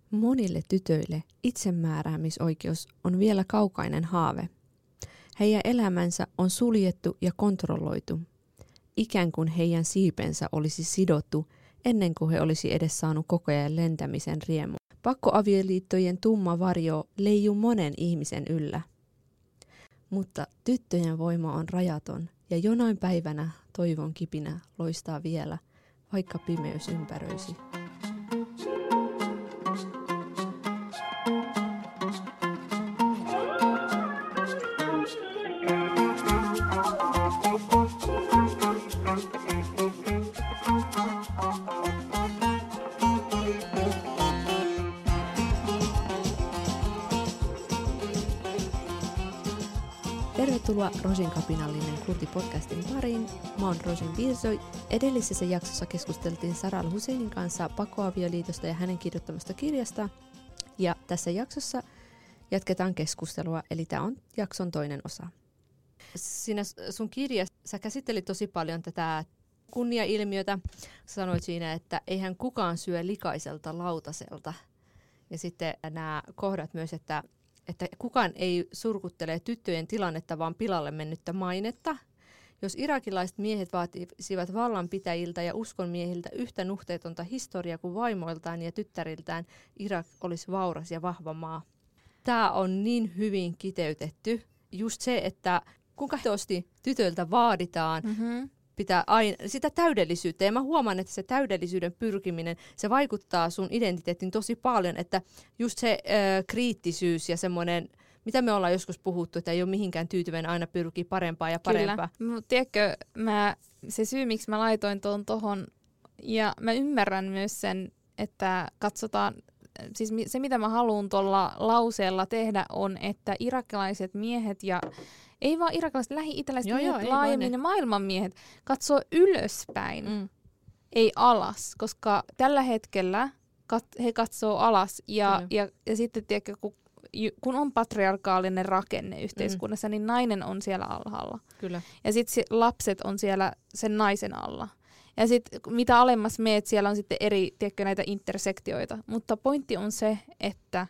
Monille tytöille itsemääräämisoikeus on vielä kaukainen haave. Heidän elämänsä on suljettu ja kontrolloitu, ikään kuin heidän siipensä olisi sidottu ennen kuin he olisi edes saanut koko ajan lentämisen riemu. Pakkoavioliittojen tumma varjo leijuu monen ihmisen yllä. Mutta tyttöjen voima on rajaton ja jonain päivänä toivon kipinä loistaa vielä, vaikka pimeys ympäröisi. Tervetuloa Rosin kapinallinen Kurdi-podcastin pariin. Mä oon Rosin Virso. Edellisessä jaksossa keskusteltiin Sara Al-Husseinin kanssa pakkoavioliitosta ja hänen kirjoittamasta kirjasta. Ja tässä jaksossa jatketaan keskustelua, eli tämä on jakson toinen osa. Siinä sun kirjassa sä käsittelit tosi paljon tätä kunnia-ilmiötä. Sanoit siinä, että eihän kukaan syö likaiselta lautaselta. Ja sitten nämä kohdat myös, että kukaan ei surkuttele tyttöjen tilannetta, vaan pilalle mennyttä mainetta. Jos irakilaiset miehet vaatisivat vallanpitäjiltä ja uskonmiehiltä yhtä nuhteetonta historiaa kuin vaimoiltaan ja tyttäriltään, Irak olisi vauras ja vahva maa. Tämä on niin hyvin kiteytetty. Just se, että kuinka tytöiltä vaaditaan pitää aina sitä täydellisyyttä. Ja mä huomaan, että se täydellisyyden pyrkiminen, se vaikuttaa sun identiteettiin tosi paljon, että just se kriittisyys ja semmoinen, mitä me ollaan joskus puhuttu, että ei ole mihinkään tyytyväinen, aina pyrkii parempaa ja parempaa. Kyllä, mutta tiedätkö, se syy, miksi mä laitoin tuon tohon, ja mä ymmärrän myös sen, että katsotaan, siis se mitä mä haluan tuolla lauseella tehdä on, että irakilaiset miehet ja ei vaan irakilaiset, lähi-italaiset miehet, laajemmin ja maailman miehet katsoo ylöspäin, ei alas, koska tällä hetkellä he katsoo alas ja sitten tiedätkö, kun on patriarkaalinen rakenne yhteiskunnassa, niin nainen on siellä alhaalla. Kyllä. Ja sitten lapset on siellä sen naisen alla. Ja sitten mitä alemmas meet, siellä on sitten eri, tiedätkö, näitä intersektioita. Mutta pointti on se, että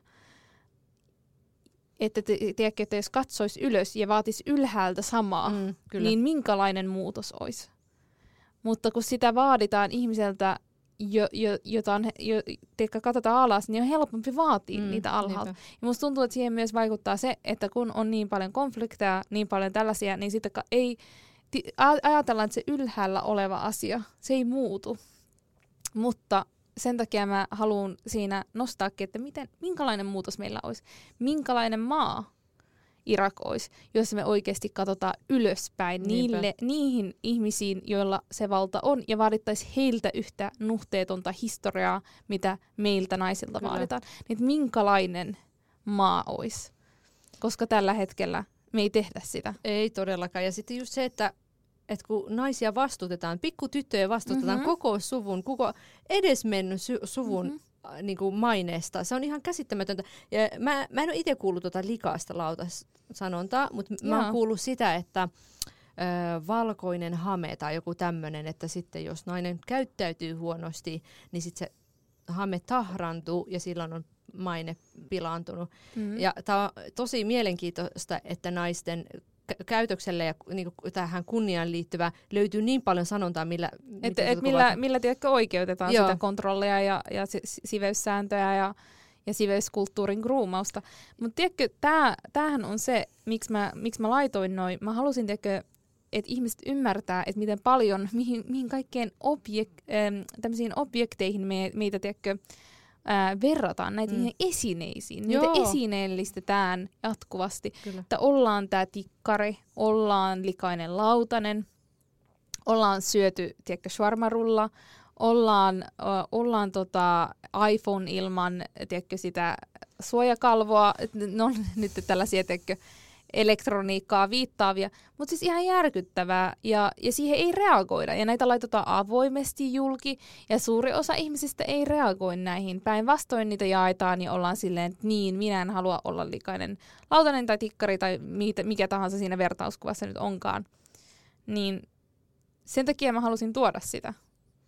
tiedätkö, että jos katsoisi ylös ja vaatisi ylhäältä samaa, niin minkälainen muutos olisi. Mutta kun sitä vaaditaan ihmiseltä, jota katsotaan alas, niin on helpompi vaatia niitä alhaalta. Ja musta tuntuu, että siihen myös vaikuttaa se, että kun on niin paljon konflikteja, niin paljon tällaisia, niin sitten ajatellaan, että se ylhäällä oleva asia, se ei muutu. Mutta sen takia mä haluan siinä nostaakin, että minkälainen muutos meillä olisi. Minkälainen maa Irak olisi, jos me oikeasti katsotaan ylöspäin niihin ihmisiin, joilla se valta on, ja vaadittaisiin heiltä yhtä nuhteetonta historiaa, mitä meiltä naisilta vaaditaan. Niin minkälainen maa olisi, koska tällä hetkellä me ei tehdä sitä. Ei todellakaan. Ja sitten just se, että kun naisia vastutetaan, pikkutyttöjä vastutetaan koko suvun, koko edesmennyt suvun niin kuin maineesta. Se on ihan käsittämätöntä. Ja mä en ole itse kuullut likaista lautassanontaa, mutta mä oon kuullut sitä, että valkoinen hame tai joku tämmöinen, että sitten jos nainen käyttäytyy huonosti, niin sitten se hame tahrantuu ja silloin on maine pilaantunut. Ja tämä on tosi mielenkiintoista, että naisten käytökselle ja niin tähän kunniaan liittyvä löytyy niin paljon sanontaa, millä tiedätkö, oikeutetaan sitä kontrollia ja siveyssääntöjä ja siveyskulttuurin groomausta. Mutta tiedätkö, tämähän on se, miksi mä laitoin noin. Mä halusin, tiedätkö, että ihmiset ymmärtää, että miten paljon, mihin kaikkeen tämmöisiin objekteihin meitä, tiedätkö, verrataan näitä esineisiin. Niitä esineellistetään jatkuvasti. Kyllä. Että ollaan tää tikkari, ollaan likainen lautanen, ollaan syöty, tiedätkö, shawarmarulla, ollaan iPhone ilman, tiedätkö, sitä suojakalvoa. No nyt tällaisia, tiedätkö, elektroniikkaa viittaavia, mutta siis ihan järkyttävää ja siihen ei reagoida ja näitä laitetaan avoimesti julki ja suuri osa ihmisistä ei reagoi näihin. Päinvastoin niitä jaetaan ja ollaan silleen, että niin, minä en halua olla likainen lautanen tai tikkari tai mikä tahansa siinä vertauskuvassa nyt onkaan. Niin sen takia mä halusin tuoda sitä.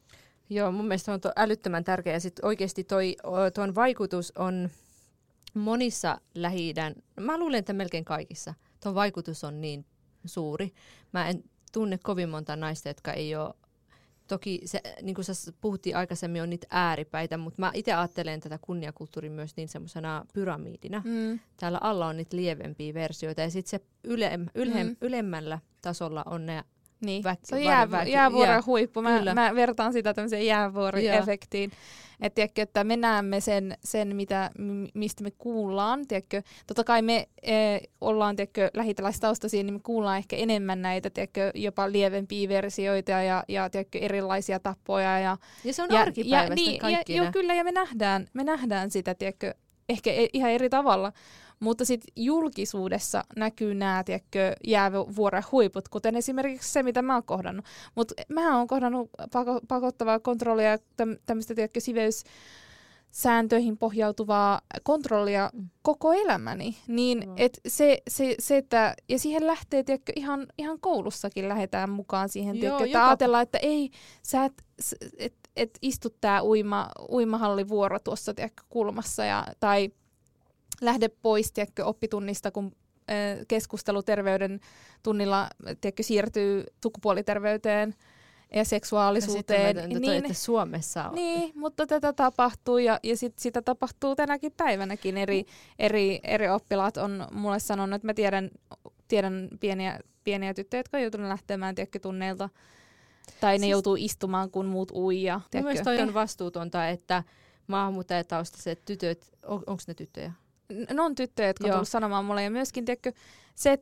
Joo, mun mielestä on älyttömän tärkeä. Ja sitten oikeasti tuon vaikutus on monissa Lähi-idän, mä luulen, että melkein kaikissa, tuon vaikutus on niin suuri. Mä en tunne kovin monta naista, jotka ei ole, toki se, niin kuin sä puhuttiin aikaisemmin, on niitä ääripäitä, mutta mä itse ajattelen tätä kunniakulttuuria myös niin semmoisena pyramidina. Täällä alla on niitä lievempiä versioita ja sitten se ylemmällä tasolla on ne niin, se on jäävuoren huippu. Mä vertaan sitä tämmöiseen jäävuori-efektiin. Että me näemme sen mistä me kuullaan. Tiedätkö? Totta kai me ollaan lähitalaistaustaisia, niin me kuullaan ehkä enemmän näitä jopa lievempiä versioita ja tiedätkö, erilaisia tapoja. Ja se on arkipäiväistä kaikki. Joo, kyllä, ja me nähdään sitä tiedätkö, ehkä ihan eri tavalla. Mutta sitten julkisuudessa näkyy nämä jäävuoren huiput, kuten esimerkiksi se, mitä mä oon kohdannut. Mutta mä oon kohdannut pakottavaa kontrollia, tämmöistä siveyssääntöihin pohjautuvaa kontrollia koko elämäni. Niin, että, ja siihen lähtee, ihan koulussakin lähdetään mukaan siihen, että ajatellaan, että ei, sä et istu tää uimahallivuoro tuossa kulmassa, tai lähde pois oppitunnista, kun keskustelu terveyden tunnilla siirtyy sukupuoliterveyteen ja seksuaalisuuteen. Että Suomessa on. Niin, mutta tätä tapahtuu ja sitä tapahtuu tänäkin päivänäkin. Eri oppilaat on mulle sanonut, että mä tiedän pieniä tyttöjä, jotka on joutunut lähtemään tunneilta. Tai ne joutuu istumaan, kun muut uijaa. Mun mielestä toi on vastuutonta, että maahanmuuttajataustaiset tytöt, onko ne tyttöjä? Ne on tyttöjä, jotka on tullut sanomaan mulle. Ja myöskin se,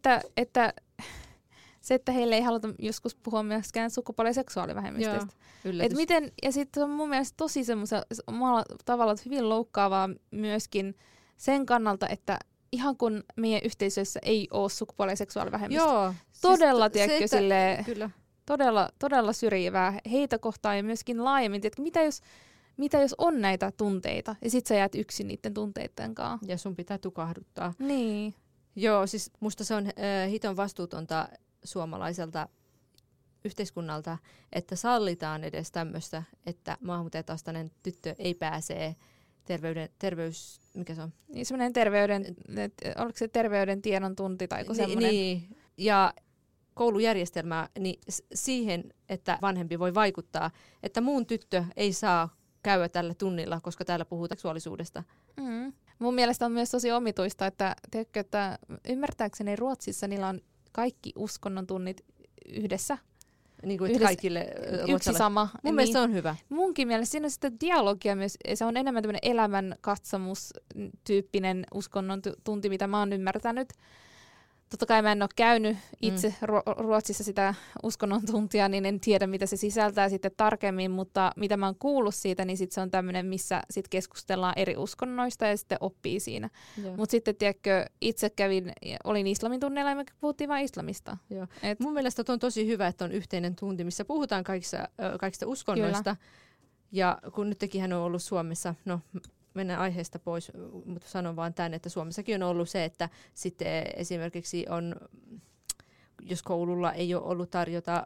että heille ei haluta joskus puhua myöskään sukupuoli- ja seksuaalivähemmistöistä. Ja sitten on mun mielestä tosi semmoisella tavalla hyvin loukkaavaa myöskin sen kannalta, että ihan kun meidän yhteisöissä ei ole sukupuoli- ja seksuaalivähemmistöä. Joo. Todella, todella syrjivää heitä kohtaan ja myöskin laajemmin. Mitä jos on näitä tunteita ja sit sä jäät yksin niiden tunteiden kanssa? Ja sun pitää tukahduttaa. Niin. Joo, siis musta se on hiton vastuutonta suomalaiselta yhteiskunnalta, että sallitaan edes tämmöistä, että maahanmuuttajataustainen tyttö ei pääse mikä se on? Niin semmoinen oliko se terveyden tiedon tunti tai semmoinen? Niin, ja koulujärjestelmää niin siihen, että vanhempi voi vaikuttaa, että muun tyttö ei saa käydä tällä tunnilla, koska täällä puhutaan seksuaalisuudesta. Mun mielestä on myös tosi omituista, että ymmärtääkseni Ruotsissa niillä on kaikki uskonnon tunnit yhdessä. Niin kuin kaikille yksi sama. Mun mielestä se on hyvä. Munkin mielestä siinä on sitä dialogia myös. Se on enemmän tämmöinen elämänkatsomus-tyyppinen uskonnon tunti, mitä mä oon ymmärtänyt. Totta kai mä en ole käynyt itse Ruotsissa sitä uskonnon tuntia, niin en tiedä, mitä se sisältää sitten tarkemmin, mutta mitä mä oon kuullut siitä, niin sit se on tämmöinen, missä sit keskustellaan eri uskonnoista ja sitten oppii siinä. Mutta sitten, tiedätkö, itse olin islamin tunneilla ja me puhuttiin vain islamista. Mun mielestä on tosi hyvä, että on yhteinen tunti, missä puhutaan kaikista uskonnoista. Kyllä. Ja kun nyt tekin hän on ollut Suomessa, mennään aiheesta pois, mutta sanon vaan tämän, että Suomessakin on ollut se, että sitten esimerkiksi jos koululla ei ole ollut tarjota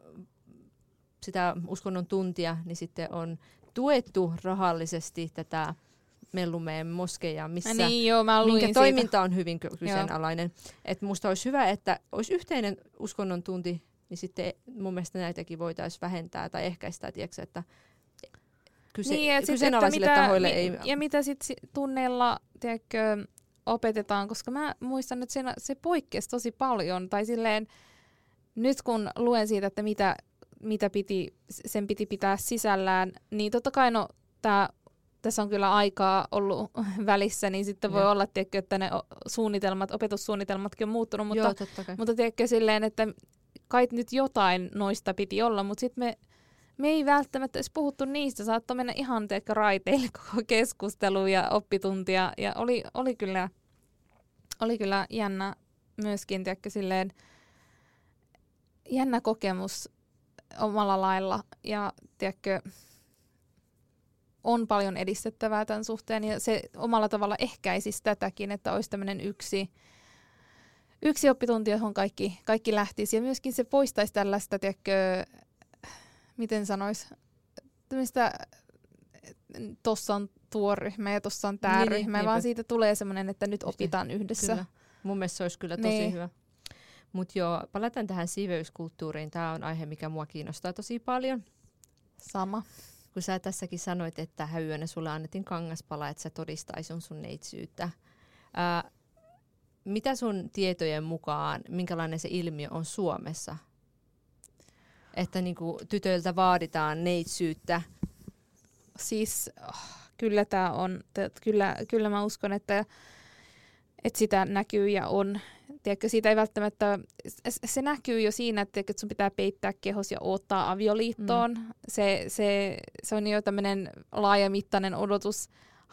sitä uskonnon tuntia, niin sitten on tuettu rahallisesti tätä Mellumeen moskeijaa, minkä toiminta on hyvin kyseenalainen. Että musta olisi hyvä, että olisi yhteinen uskonnon tunti, niin sitten mun mielestä näitäkin voitaisiin vähentää tai ehkäistä, tiedätkö, että kyseenalaisille tahoille ei. Ja mitä sitten tunneilla opetetaan, koska mä muistan, että se poikkesi tosi paljon. Tai silleen, nyt kun luen siitä, että mitä sen piti pitää sisällään, niin totta kai tässä on kyllä aikaa ollut välissä, niin sitten voi olla, että ne opetussuunnitelmatkin on muuttunut. Mutta tiedätkö silleen, että kai nyt jotain noista piti olla, mutta sitten me ei välttämättä edes puhuttu niistä. Saattoi mennä ihan raiteille koko keskustelu ja oppituntia. Ja oli kyllä jännä myöskin, silleen, jännä kokemus omalla lailla. Ja on paljon edistettävää tämän suhteen. Ja se omalla tavalla ehkäisisi tätäkin, että olisi tämmöinen yksi oppitunti, johon kaikki lähtisi. Ja myöskin se poistaisi tällaista, miten sanois, tossa on tuo ryhmä ja tossa on tää ryhmä, vaan siitä tulee semmoinen, että nyt opitaan yhdessä. Kyllä. Mun mielestä se olisi kyllä tosi hyvä. Mutta joo, palataan tähän siiveyskulttuuriin. Tämä on aihe, mikä mua kiinnostaa tosi paljon. Sama. Kun sä tässäkin sanoit, että häyönä sulle annettiin kangaspala, että sä todistaisit sun neitsyyttä. Mitä sun tietojen mukaan, minkälainen se ilmiö on Suomessa? Että niinku tytöiltä vaaditaan neitsyyttä. Siis kyllä tää on, kyllä mä uskon, että sitä näkyy ja on. Tiedätkö, siitä ei välttämättä, se näkyy jo siinä, että sun pitää peittää kehos ja odottaa avioliittoon. Se on jo tämmöinen laajamittainen odotus.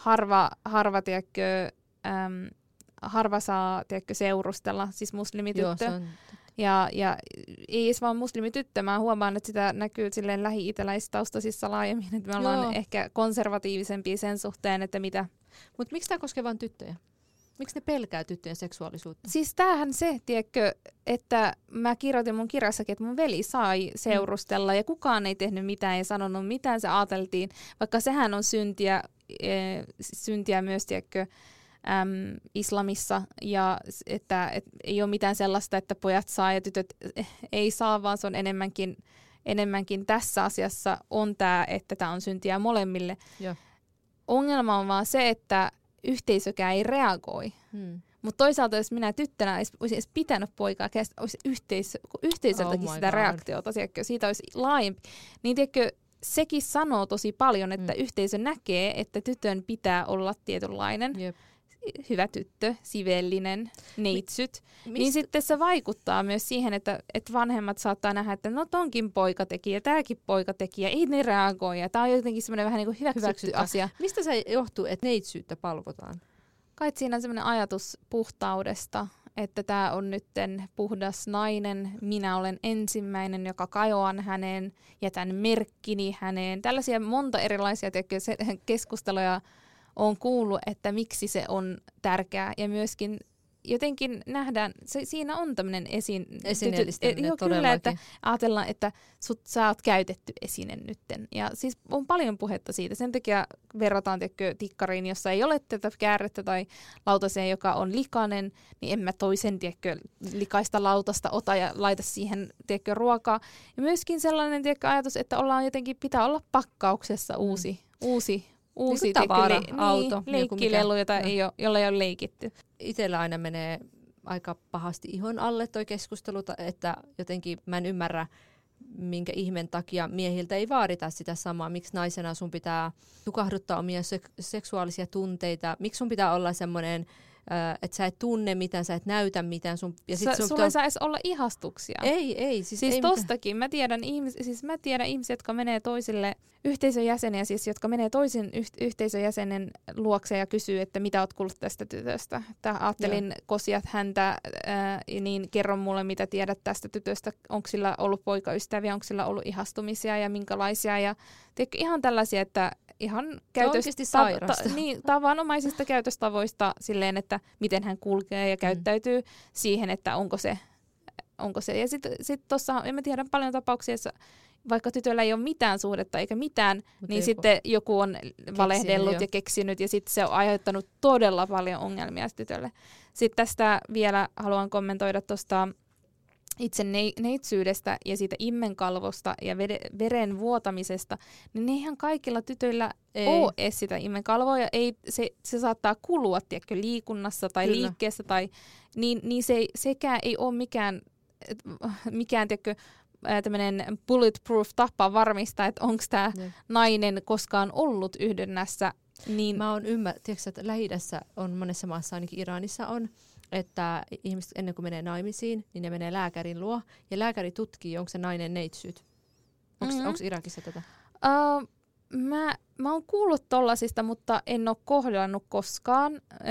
Harva saa seurustella, siis muslimityttö. Joo, ja ei edes vaan muslimityttö. Mä huomaan, että sitä näkyy silleen lähi-itäläistaustaisissa laajemmin, että me ollaan ehkä konservatiivisempia sen suhteen, että mitä. Mutta miksi tämä koskee vain tyttöjä? Miksi ne pelkää tyttöjen seksuaalisuutta? Siis tämähän se, tiedätkö, että mä kirjoitin mun kirjassakin, että mun veli sai seurustella ja kukaan ei tehnyt mitään ja sanonut mitään, se ajateltiin, vaikka sehän on syntiä myös, tiedätkö, islamissa ja että ei ole mitään sellaista, että pojat saa ja tytöt ei saa, vaan se on enemmänkin tässä asiassa on tämä, että tämä on syntiä molemmille. Ja. Ongelma on vaan se, että yhteisökään ei reagoi. Mutta toisaalta, jos minä tyttönä olisin edes pitänyt poikaa, olisi yhteisöltäkin sitä reaktiota, tiedätkö, siitä olisi laajempi. Niin tiedätkö, sekin sanoo tosi paljon, että yhteisö näkee, että tytön pitää olla tietynlainen. Jep. Hyvä tyttö, sivellinen, neitsyt, niin sitten se vaikuttaa myös siihen, että vanhemmat saattaa nähdä, että no tonkin poika teki ja tämäkin poika teki ja ei ne reagoi. Ja tämä on jotenkin semmoinen vähän niin kuin hyväksytty asia. Mistä se johtuu, että neitsyyttä palvotaan? Kai siinä on semmoinen ajatus puhtaudesta, että tämä on nytten puhdas nainen, minä olen ensimmäinen, joka kajoan häneen, jätän merkkini häneen. Tällaisia monta erilaisia keskusteluja on kuullut, että miksi se on tärkeää ja myöskin jotenkin nähdään, siinä on tämmöinen esineellistäminen todellakin. Kyllä, että ajatellaan, että sä oot käytetty esine nytten. Ja siis on paljon puhetta siitä. Sen takia verrataan tikkariin, jossa ei ole tätä käärettä tai lautaseen, joka on likainen, niin en mä toisen likaista lautasta ota ja laita siihen ruokaa. Ja myöskin sellainen ajatus, että ollaan jotenkin, pitää olla pakkauksessa uusi niin tavara, auto. Leikkilelu, jolla ei ole leikitty. Itsellä aina menee aika pahasti ihon alle toi keskustelu, että jotenkin mä en ymmärrä, minkä ihmen takia miehiltä ei vaadita sitä samaa. Miksi naisena sun pitää tukahduttaa omia seksuaalisia tunteita? Miksi sun pitää olla semmoinen, että sä et tunne mitään, sä et näytä mitään. Sulla ei saa edes olla ihastuksia. Ei. Siis ei tostakin. Mä tiedän ihmisiä, jotka menee toisille yhteisön jäseniä, siis jotka menee toisen yhteisön jäsenen luokse ja kysyy, että mitä oot kuullut tästä tytöstä. Että ajattelin kosiat häntä, niin kerro mulle, mitä tiedät tästä tytöstä. Onko sillä ollut poikaystäviä, onko sillä ollut ihastumisia ja minkälaisia. Ja ihan tällaisia, että ihan tavanomaisista käytöstavoista silleen, että miten hän kulkee ja käyttäytyy siihen, että onko se. Ja sitten tuossa, mä tiedän paljon tapauksia, vaikka tytöllä ei ole mitään suhdetta eikä mitään, niin sitten joku on valehdellut ja keksinyt ja sitten se on aiheuttanut todella paljon ongelmia tytölle. Sitten tästä vielä haluan kommentoida tuosta itse neitsyydestä ja siitä immenkalvosta ja veren vuotamisesta, niin eihän kaikilla tytöillä ole edes sitä immenkalvoa, ja se saattaa kulua, tiedätkö, liikunnassa tai liikkeessä, tai, niin sekään ei ole mikään tiedätkö, tämmöinen bulletproof tapa varmistaa, että onko tämä nainen koskaan ollut yhdennässä. Niin mä oon tiedätkö, että Lähi-idässä on monessa maassa, ainakin Iranissa on, että ihmiset ennen kuin menee naimisiin, niin ne menee lääkärin luo, ja lääkäri tutkii, onko se nainen neitsyt. Onko Irakissa tätä? Mä oon kuullut tollasista, mutta en ole kohdannut koskaan.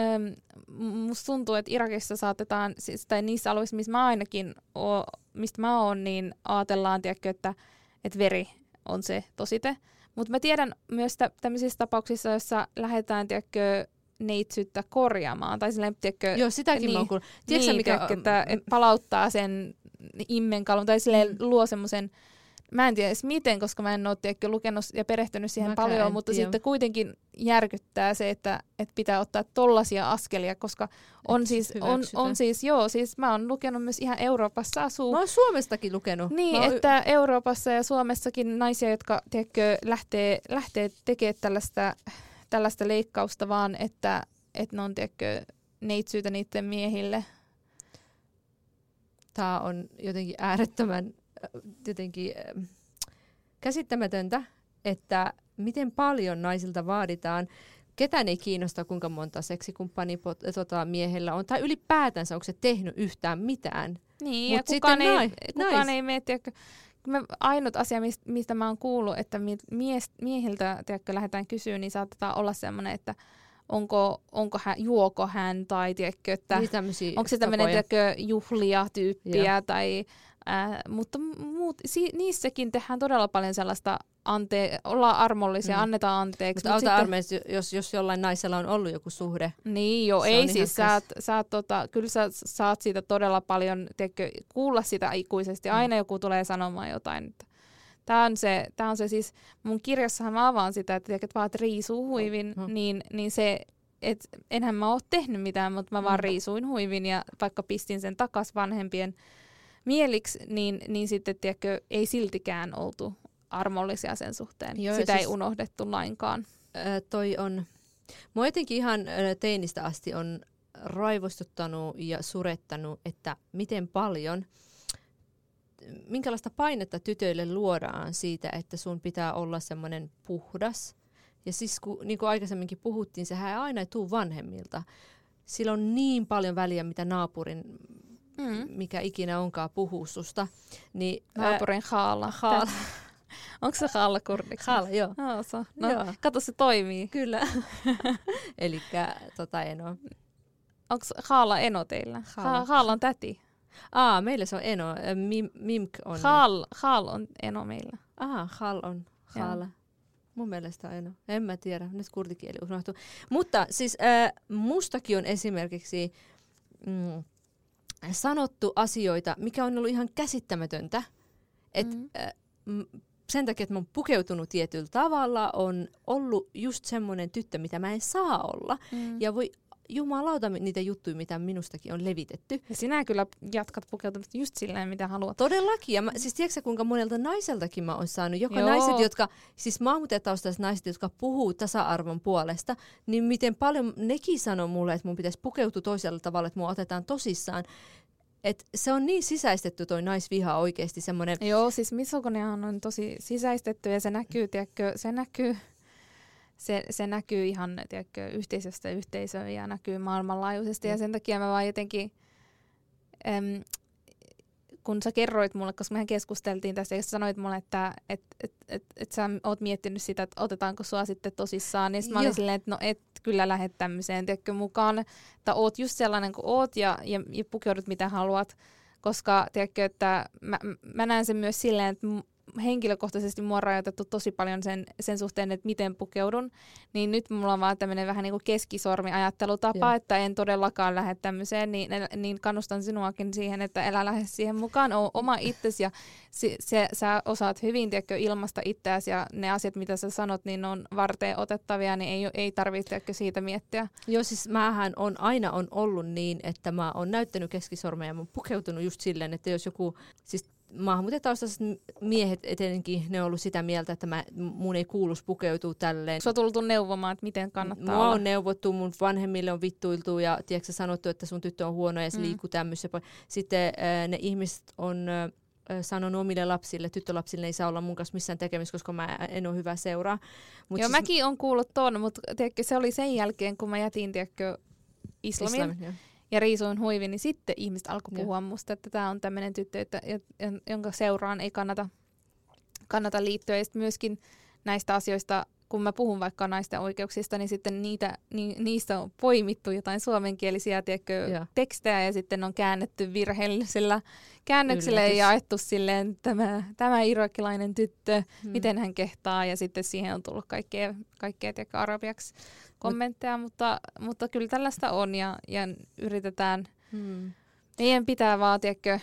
Musta tuntuu, että Irakissa saatetaan, tai niissä alueissa, missä mä ainakin mistä mä oon, niin ajatellaan, tiedätkö, että veri on se tosite. Mutta mä tiedän myös tämmöisissä tapauksissa, joissa lähdetään, tiedätkö, neitsyttä korjaamaan. Tai silleen, tiedätkö, joo, sitäkin mä oon kuullut. Tiedätkö, että palauttaa sen immenkalvon, tai silleen luo semmoisen mä en tiedä edes miten, koska mä en ole lukenut ja perehtynyt siihen paljon, mutta sitten kuitenkin järkyttää se, että pitää ottaa tollaisia askelia, koska on siis mä oon lukenut myös ihan Euroopassa asuu. Mä oon Suomestakin lukenut. Niin, että Euroopassa ja Suomessakin naisia, jotka lähtee tekemään tällaista leikkausta vaan, että ne on neitsyitä niiden miehille. Tämä on jotenkin äärettömän käsittämätöntä, että miten paljon naisilta vaaditaan. Ketään ei kiinnosta, kuinka monta seksikumppania miehellä on, tai ylipäätänsä onko se tehnyt yhtään mitään. Niin, ja kukaan ei mene, ainut asia, mistä mä oon kuullut, että miehiltä lähdetään kysyä, niin saatetaan olla semmoinen, että juoko hän, tai että onko se tämmöinen juhlia tyyppiä, tai mutta niissäkin tehdään todella paljon sellaista, ollaan armollisia, annetaan anteeksi. Mutta armeijassa, jos jollain naisella on ollut joku suhde. Niin joo, ei siis, kyllä sä saat siitä todella paljon, kuulla sitä ikuisesti, aina joku tulee sanomaan jotain. Tämä on se siis, mun kirjassahan mä avaan sitä, että vaan riisuu huivin, niin se, että enhän mä oo tehnyt mitään, mutta mä vaan riisuin huivin ja vaikka pistin sen takas vanhempien mieliksi, niin sitten ei siltikään oltu armollisia sen suhteen. Joo, sitä ei unohdettu lainkaan. Mua jotenkin ihan teinistä asti on raivostuttanut ja surettanut, että miten paljon, minkälaista painetta tytöille luodaan siitä, että sun pitää olla semmoinen puhdas. Ja siis niin kuin aikaisemminkin puhuttiin, sehän ei aina tule vanhemmilta. Sillä on niin paljon väliä, mitä naapurin, mikä ikinä onkaan, puhuu susta. Niin, naapurin haala. Onko se haala kurdiksi? Haala, joo. Joo. Kato, se toimii. Kyllä. Elikkä eno. Onko haala eno teillä? Haala on täti. Meillä se on eno. Mimk on. Haal on eno meillä. Haal on haala. Mun mielestä on eno. En mä tiedä. Nyt kurdikieli unohtuu. Mutta siis mustakin on esimerkiksi sanottu asioita, mikä on ollut ihan käsittämätöntä. Sen takia, että mä oon pukeutunut tietyllä tavalla, on ollut just semmoinen tyttö, mitä mä en saa olla. Ja voi jumalauta niitä juttuja, mitä minustakin on levitetty. Ja sinä kyllä jatkat pukeutumista just silleen, mitä haluat. Todellakin. Ja siis tiedätkö kuinka monelta naiseltakin mä oon saanut, naiset, jotka, siis maahanmuuttajataustaiset naiset, jotka puhuu tasa-arvon puolesta, niin miten paljon nekin sanoo mulle, että mun pitäisi pukeutua toisella tavalla, että mua otetaan tosissaan. Et se on niin sisäistetty toi naisviha oikeasti semmoinen. Joo, siis misogoniahan on tosi sisäistetty ja se näkyy, se näkyy ihan yhteisöstä yhteisöön ja näkyy maailmanlaajuisesti ja sen takia mä vaan jotenkin, kun sä kerroit mulle, koska mehän keskusteltiin tästä ja sä sanoit mulle, että sä oot miettinyt sitä, että otetaanko sua sitten tosissaan, niin mä olin silleen, että no et kyllä lähde tämmöiseen mukaan, että oot just sellainen kuin oot ja pukeudut mitä haluat, koska tiedätkö, että mä näen sen myös silleen, että henkilökohtaisesti mua on rajoitettu tosi paljon sen suhteen, että miten pukeudun, niin nyt mulla on vaan tämmöinen vähän niin kuin keskisormi-ajattelutapa, että en todellakaan lähde tämmöiseen, niin kannustan sinuakin siihen, että älä lähde siihen mukaan, oo oma itsesi ja sä osaat hyvin ilmaista itseäsi ja ne asiat, mitä sä sanot, niin on varteen otettavia, niin ei tarvitse siitä miettiä. Joo, siis mähän aina on ollut niin, että mä oon näyttänyt keskisormeja ja mä oon pukeutunut just silleen, että jos joku, siis maahanmuuttajataustaiset miehet etenkin, ne on ollut sitä mieltä, että mun ei kuuluisi pukeutua tälleen. Sä oot tultu neuvomaan, että miten kannattaa olla. Mua on neuvottu, mun vanhemmille on vittuiltu ja tiedätkö sanottu, että sun tyttö on huono ja se liikkuu tämmöisessä. Sitten ne ihmiset on sanonut omille lapsille, tyttölapsille ei saa olla mun kanssa missään tekemistä, koska mä en ole hyvä seuraa. Joo, siis mäkin on kuullut ton, mutta tiedätkö, se oli sen jälkeen, kun mä jätin islamin. Ja riisuin huivin, niin sitten ihmiset alkoi puhua musta, että tämä on tämmöinen tyttö, jonka seuraan ei kannata liittyä. Ja sitten myöskin näistä asioista, kun mä puhun vaikka naisten oikeuksista, niin sitten niistä on poimittu jotain suomenkielisiä tekstejä ja sitten on käännetty virheellisellä käännöksellä ja jaettu silleen tämä irakilainen tyttö, miten hän kehtaa ja sitten siihen on tullut kaikkea arabiaksi kommentteja, mutta kyllä tällaista on ja yritetään Meidän pitää vaan, tiedätkö,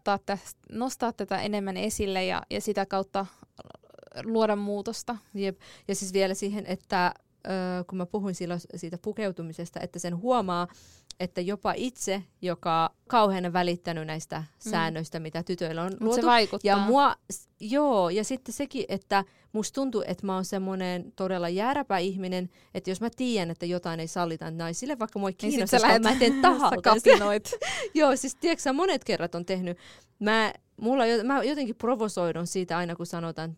nostaa tätä enemmän esille ja sitä kautta luoda muutosta. Jep. Ja siis vielä siihen, että kun mä puhuin silloin siitä pukeutumisesta, että sen huomaa, että jopa itse, joka kauhean välittänyt näistä säännöistä, mitä tytöillä on luotu. Se vaikuttaa. Ja sitten sekin, että musta tuntuu, että mä oon semmoinen todella jääräpä ihminen, että jos mä tiedän, että jotain ei sallita naisille, vaikka mua ei kiinnosta, niin mä teen tahalta. Joo, siis tiedätkö monet kerrat on tehnyt. Mä jotenkin provosoidun siitä aina, kun sanotaan,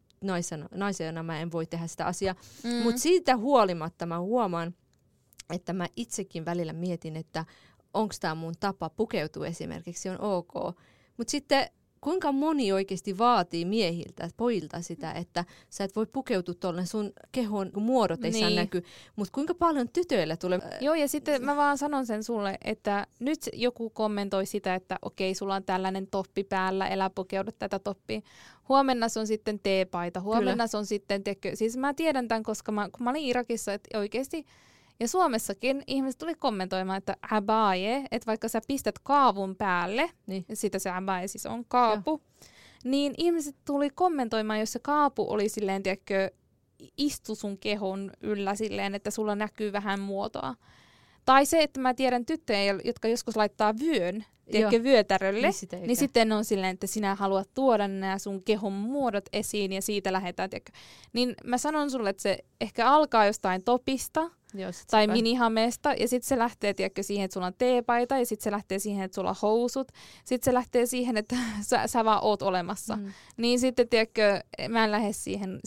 naisena mä en voi tehdä sitä asiaa. Mutta siitä huolimatta mä huomaan, että mä itsekin välillä mietin, että onko tämä mun tapa pukeutua esimerkiksi, on ok. Mutta sitten kuinka moni oikeasti vaatii miehiltä, pojilta sitä, että sä et voi pukeutua tuolle, sun kehon muodot ei saa näkyä. Mutta kuinka paljon tytöillä tulee... Joo, ja sitten mä vaan sanon sen sulle, että nyt joku kommentoi sitä, että okei, sulla on tällainen toppi päällä, elä pukeudu tätä toppia. Huomenna se on sitten teepaita, huomenna se on sitten... Siis mä tiedän tämän, koska kun mä olin Irakissa, että oikeasti... Ja Suomessakin ihmiset tuli kommentoimaan, että abaye, että vaikka sä pistät kaavun päälle, niin sitä se abaye siis on kaapu, niin ihmiset tuli kommentoimaan, jos se kaapu oli silleen, tiedätkö, istu sun kehon yllä silleen, että sulla näkyy vähän muotoa. Tai se, että mä tiedän tyttöjä, jotka joskus laittaa vyön, tiedätkö, vyötärölle, niin sitten on silleen, että sinä haluat tuoda nämä sun kehon muodot esiin ja siitä lähdetään, tiedätkö. Niin mä sanon sulle, että se ehkä alkaa jostain topista, tai minihameesta, ja sitten se lähtee, tiedätkö, siihen, että sulla on teepaita, ja sitten se lähtee siihen, että sulla on housut, sitten se lähtee siihen, että sä vaan oot olemassa. Niin sitten, tiedätkö, mä en lähde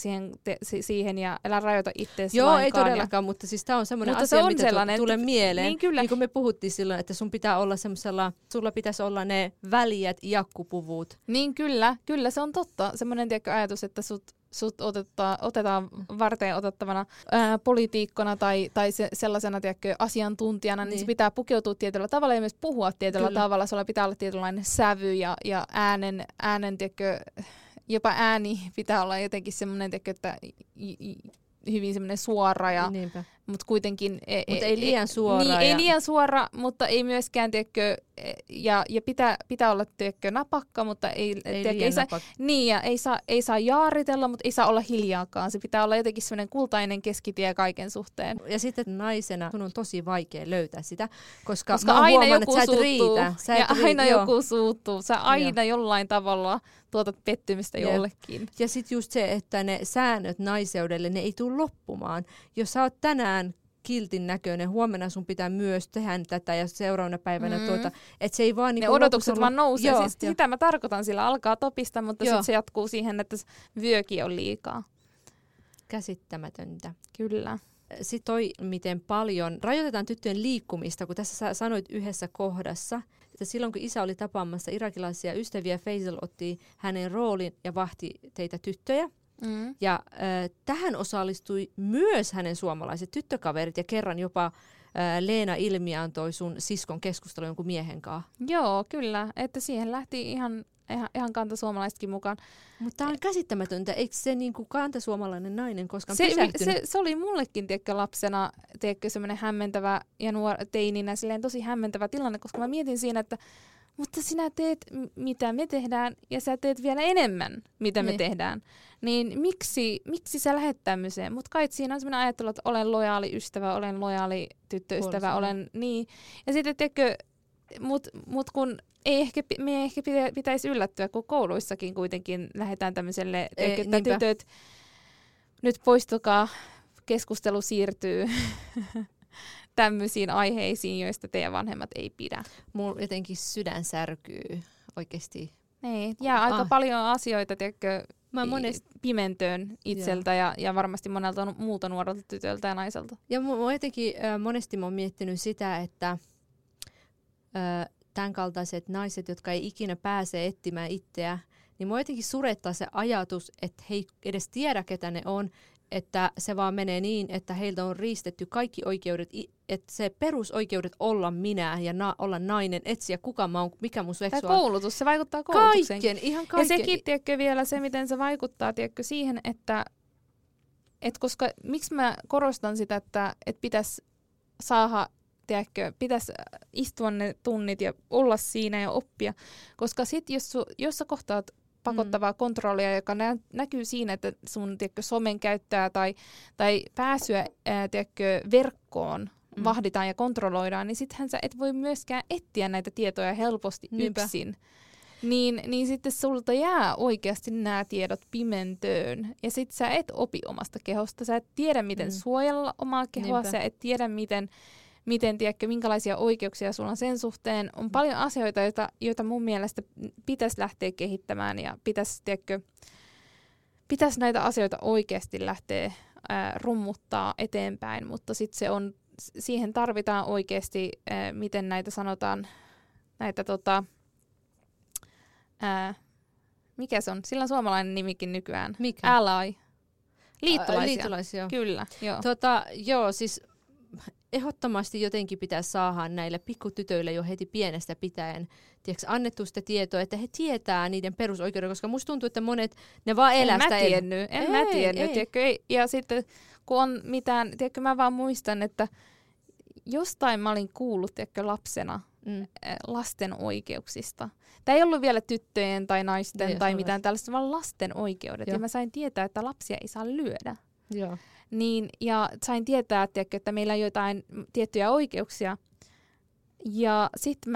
siihen ja älä rajoita itseäsi lainkaan. Joo, ei todellakaan, mutta siis tää on semmoinen asia, se on mitä tulee mieleen. Niin, kyllä. Niin kuin me puhuttiin silloin, että sun pitää olla semmoisella, sulla pitäisi olla ne väljät jakkupuvut. Niin kyllä se on totta. Semmoinen, tiedätkö, ajatus, että sut otetaan varten otettavana politiikkona tai sellaisena, tiedätkö, asiantuntijana, niin se pitää pukeutua tietyllä tavalla ja myös puhua tietyllä tavalla. Sulla pitää olla tietynlainen sävy ja äänen, tiedätkö, jopa ääni pitää olla jotenkin semmoinen, tiedätkö, että hyvin semmoinen suora, mutta kuitenkin... Mutta ei liian suora. Niin, ei liian suora, mutta ei myöskään, tiedätkö, ja pitää olla, tiedätkö, napakka, mutta ei saa, niin, ja ei saa jaaritella, mutta ei saa olla hiljaakaan. Se pitää olla jotenkin semmoinen kultainen keskitie kaiken suhteen. Ja sitten naisena sun on tosi vaikea löytää sitä, koska aina huomaan, joku että suuttuu. Aina joku suuttuu. Sä aina jollain tavalla tuotat pettymystä jollekin. Ja sitten just se, että ne säännöt naiseudelle, ne ei tule loppumaan. Jos sä oot tänään kiltin näköinen, huomenna sun pitää myös tehdä tätä ja seuraavana päivänä että se ei vaan... Ne odotukset vaan nousee. Siis sitä mä tarkoitan, sillä alkaa topista, mutta sitten se jatkuu siihen, että vyökin on liikaa. Käsittämätöntä. Kyllä. Sitten toi, miten paljon rajoitetaan tyttöjen liikkumista, kun tässä sä sanoit yhdessä kohdassa, että silloin kun isä oli tapaamassa irakilaisia ystäviä, Faisal otti hänen roolin ja vahti teitä tyttöjä. Ja tähän osallistui myös hänen suomalaiset tyttökaverit ja kerran jopa Leena Ilmi antoi sun siskon keskustelun jonkun miehen kanssa. Joo, kyllä. Että siihen lähti ihan kantasuomalaisetkin mukaan. Mutta tämä on käsittämätöntä. Eikö se niinku kantasuomalainen nainen koskaan pysähtynyt? Se oli mullekin, tiedätkö, lapsena, tiedätkö, semmoinen hämmentävä ja teininä silleen tosi hämmentävä tilanne, koska mä mietin siinä, että mutta sinä teet, mitä me tehdään, ja sä teet vielä enemmän, mitä me tehdään. Niin miksi sä lähdet tämmöiseen? Mutta kai siinä on semmoinen ajattelu, että olen lojaali ystävä, olen lojaali tyttöystävä, olen niin. Ja sitten, tiedätkö, mut kun me ehkä pitäisi yllättyä, kun kouluissakin kuitenkin lähdetään tämmöiselle, että tytöt, nyt poistukaa, keskustelu siirtyy tämmöisiin aiheisiin, joista teidän vanhemmat ei pidä. Mulla jotenkin sydän särkyy oikeasti. Niin, jää aika paljon asioita, tiedätkö, pimentöön itseltä ja varmasti monelta muulta nuorelta tytöltä ja naiselta. Ja jotenkin monesti mä oon miettinyt sitä, että tämän kaltaiset naiset, jotka ei ikinä pääse etsimään itseä, niin mua jotenkin surettaa se ajatus, että he ei edes tiedä, ketä ne on, että se vaan menee niin, että heiltä on riistetty kaikki oikeudet, että se perusoikeudet olla minä ja olla nainen, etsiä kuka mä oon, mikä mun seksuaali. Tai koulutus, se vaikuttaa koulutukseen. Ihan kaiken. Ja sekin, tiedätkö, vielä se, miten se vaikuttaa, tiedätkö, siihen, että koska miksi mä korostan sitä, että pitäisi saada pitäisi istua ne tunnit ja olla siinä ja oppia. Koska sitten jos sä kohtaat pakottavaa kontrollia, joka näkyy siinä, että sun somen käyttää tai pääsyä verkkoon vahditaan ja kontrolloidaan, niin sittenhän sä et voi myöskään etsiä näitä tietoja helposti yksin. Niin sitten sulta jää oikeasti nämä tiedot pimentöön. Ja sitten sä et opi omasta kehosta. Sä et tiedä, miten suojella omaa kehoa. Sä et tiedä, minkälaisia oikeuksia sulla on sen suhteen. On paljon asioita, joita mun mielestä pitäisi lähteä kehittämään. Ja pitäisi näitä asioita oikeasti lähteä rummuttaa eteenpäin. Mutta sitten siihen tarvitaan oikeasti, miten näitä sanotaan, näitä mikä se on? Sillä on suomalainen nimikin nykyään. Mikä? Ally. Liittolaisia. Liittolaisia. Kyllä, joo. Joo, siis ehdottomasti jotenkin pitäisi saada näille pikkutytöille jo heti pienestä pitäen annettu sitä tietoa, että he tietää niiden perusoikeuden, koska musta tuntuu, että monet, ne vaan elää sitä. En mä tiennyt. Ja sitten kun on mitään, tiedätkö, mä vaan muistan, että jostain mä olin kuullut lapsena lasten oikeuksista. Tämä ei ollut vielä tyttöjen tai naisten tai mitään tällaista, vaan lasten oikeudet. Ja mä sain tietää, että lapsia ei saa lyödä. Joo. Niin, ja sain tietää, että meillä on jotain tiettyjä oikeuksia. Ja sitten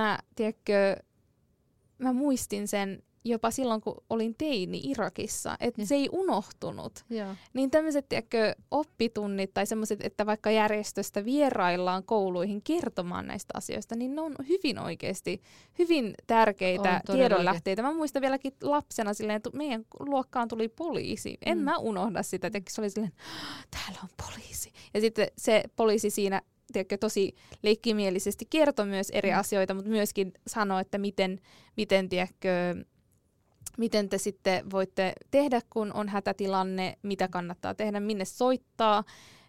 mä muistin sen jopa silloin, kun olin teini Irakissa, että se ei unohtunut. Joo. Niin tämmöiset oppitunnit tai semmoiset, että vaikka järjestöstä vieraillaan kouluihin kertomaan näistä asioista, niin ne on hyvin oikeasti, hyvin tärkeitä tiedonlähteitä. Mä muistan vieläkin lapsena silleen, että meidän luokkaan tuli poliisi. En mä unohda sitä, että se oli silleen, täällä on poliisi. Ja sitten se poliisi siinä tosi leikkimielisesti kertoi myös eri asioita, mutta myöskin sanoi, että miten te sitten voitte tehdä, kun on hätätilanne, mitä kannattaa tehdä, minne soittaa,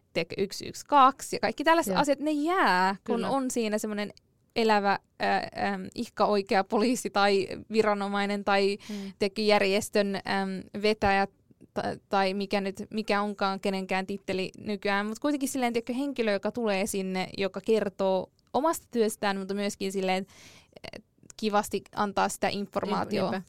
112 ja kaikki tällaiset asiat, ne jää, kun on siinä semmoinen elävä, ihka oikea poliisi tai viranomainen tai järjestön vetäjä tai mikä onkaan kenenkään titteli nykyään, mutta kuitenkin silleen henkilö, joka tulee sinne, joka kertoo omasta työstään, mutta myöskin silleen kivasti antaa sitä informaatiota.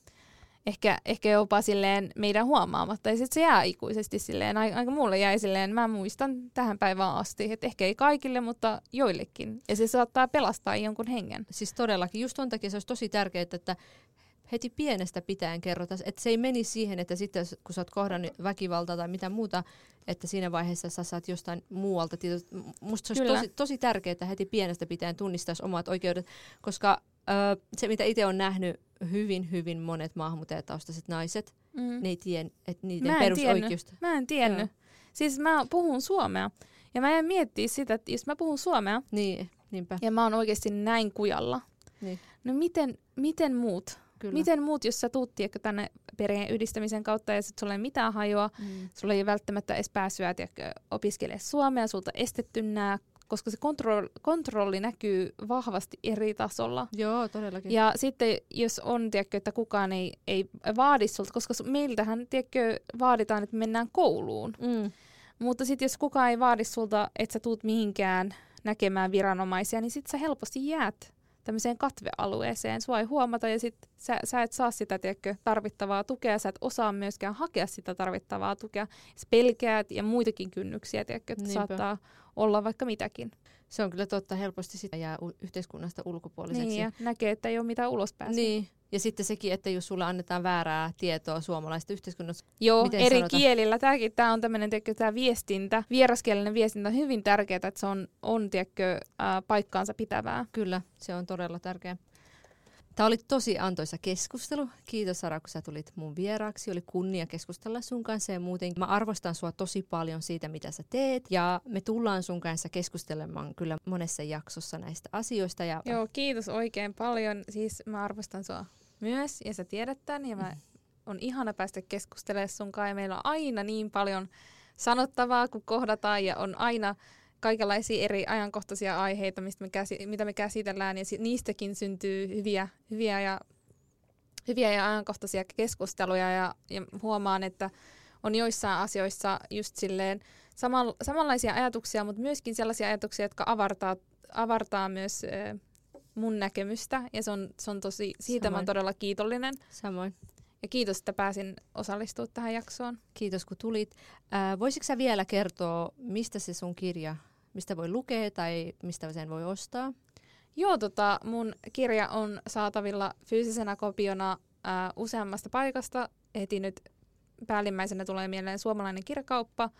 Ehkä jopa silleen meidän huomaamatta, ja sitten se jää ikuisesti silleen, aika mulle jäi silleen, mä muistan tähän päivään asti, että ehkä ei kaikille, mutta joillekin, ja se saattaa pelastaa jonkun hengen. Siis todellakin, just ton takia se olisi tosi tärkeää, että heti pienestä pitäen kerrotaan, että se ei meni siihen, että sitten kun sä oot kohdannut väkivaltaa tai mitä muuta, että siinä vaiheessa sä saat jostain muualta tietoa. Musta se olisi tosi tärkeää, että heti pienestä pitäen tunnistaisi omat oikeudet, koska se mitä itse on nähnyt, hyvin monet maahanmuuttajataustaiset naiset, ne ei tiedä, että niiden perusoikeusta. Mä en tiennyt. Siis mä puhun suomea. Ja mä en miettiä sitä, että jos mä puhun suomea, niinpä. Ja mä oon oikeasti näin kujalla, no miten muut? Kyllä. Miten muut, jos sä tuut tänne perheen yhdistämisen kautta ja sit sulla ei mitään hajoa, sulla ei välttämättä edes pääsyä opiskelemaan suomea, sulta estetty nää, koska se kontrolli näkyy vahvasti eri tasolla. Joo, todellakin. Ja sitten jos on, että kukaan ei vaadi sulta, koska meiltähän vaaditaan, että mennään kouluun. Mutta sitten jos kukaan ei vaadi sulta, että sä tuut mihinkään näkemään viranomaisia, niin sitten sä helposti jäät tämmöiseen katvealueeseen. Sua ei huomata ja sitten sä et saa sitä tarvittavaa tukea, sä et osaa myöskään hakea sitä tarvittavaa tukea. Sä pelkäät ja muitakin kynnyksiä, että saattaa olla vaikka mitäkin. Se on kyllä totta, helposti sitä jää yhteiskunnasta ulkopuoliseksi. Niin, ja näkee, että ei ole mitään ulospääsyä. Niin, ja sitten sekin, että jos sulle annetaan väärää tietoa suomalaisesta yhteiskunnasta. Joo, eri kielillä. Tämä on tämmöinen viestintä, vieraskielinen viestintä on hyvin tärkeää, että se on paikkaansa pitävää. Kyllä, se on todella tärkeää. Tämä oli tosi antoisa keskustelu. Kiitos Sara, kun sä tulit mun vieraaksi. Oli kunnia keskustella sun kanssa ja muuten. Mä arvostan sua tosi paljon siitä, mitä sä teet. Ja me tullaan sun kanssa keskustelemaan kyllä monessa jaksossa näistä asioista. Joo, kiitos oikein paljon. Siis mä arvostan sua myös ja sä tiedät tän. Ja on ihana päästä keskustelemaan sunkaan. Ja meillä on aina niin paljon sanottavaa, kun kohdataan ja on aina kaikenlaisia eri ajankohtaisia aiheita, mitä me käsitellään, ja niistäkin syntyy hyviä ja ajankohtaisia keskusteluja, ja huomaan, että on joissain asioissa just silleen samanlaisia ajatuksia, mutta myöskin sellaisia ajatuksia, jotka avartaa avartaa myös mun näkemystä ja se on tosi, siitä Samoin. Mä oon todella kiitollinen. Samoin. Ja kiitos, että pääsin osallistumaan tähän jaksoon. Kiitos, kun tulit. Voisitko sä vielä kertoa, mistä se sun kirja, mistä voi lukea tai mistä sen voi ostaa? Joo, mun kirja on saatavilla fyysisenä kopiona useammasta paikasta. Heti nyt päällimmäisenä tulee mieleen Suomalainen kirjakauppa.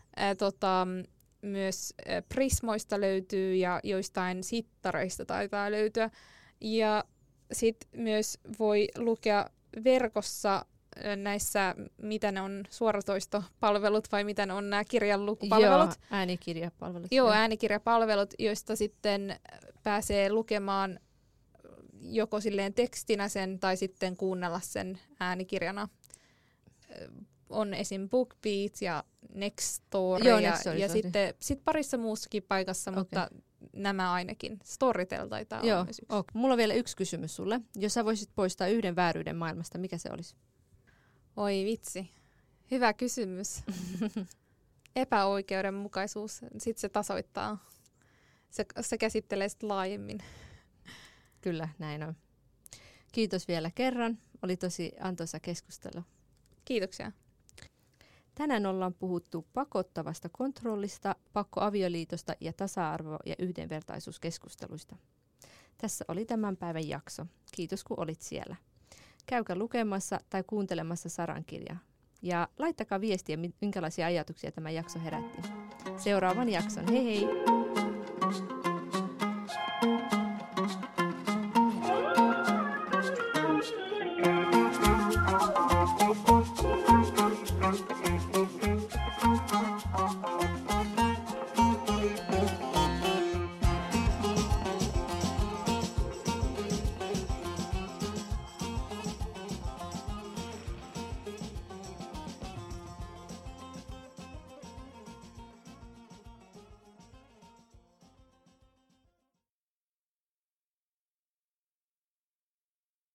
Myös Prismoista löytyy ja joistain sittareista taitaa löytyä. Ja sitten myös voi lukea verkossa näissä, mitä ne on suoratoistopalvelut vai mitä ne on nämä kirjanlukupalvelut. Joo, äänikirjapalvelut. Joo, äänikirjapalvelut, joista sitten pääsee lukemaan joko silleen tekstinä sen tai sitten kuunnella sen äänikirjana. On esim. BookBeat ja Nextory ja sitten parissa muussakin paikassa, mutta nämä ainakin. Storytel taitaa olla myös yksi. Mulla on vielä yksi kysymys sulle. Jos sä voisit poistaa yhden vääryyden maailmasta, mikä se olisi? Oi vitsi. Hyvä kysymys. Epäoikeudenmukaisuus. Sitten se tasoittaa. Se käsittelee sitä laajemmin. Kyllä, näin on. Kiitos vielä kerran. Oli tosi antoisa keskustelu. Kiitoksia. Tänään ollaan puhuttu pakottavasta kontrollista, pakkoavioliitosta ja tasa-arvo- ja yhdenvertaisuuskeskusteluista. Tässä oli tämän päivän jakso. Kiitos kun olit siellä. Käykää lukemassa tai kuuntelemassa Saran kirjaa. Ja laittakaa viestiä, minkälaisia ajatuksia tämä jakso herätti. Seuraavan jakson. Hei hei!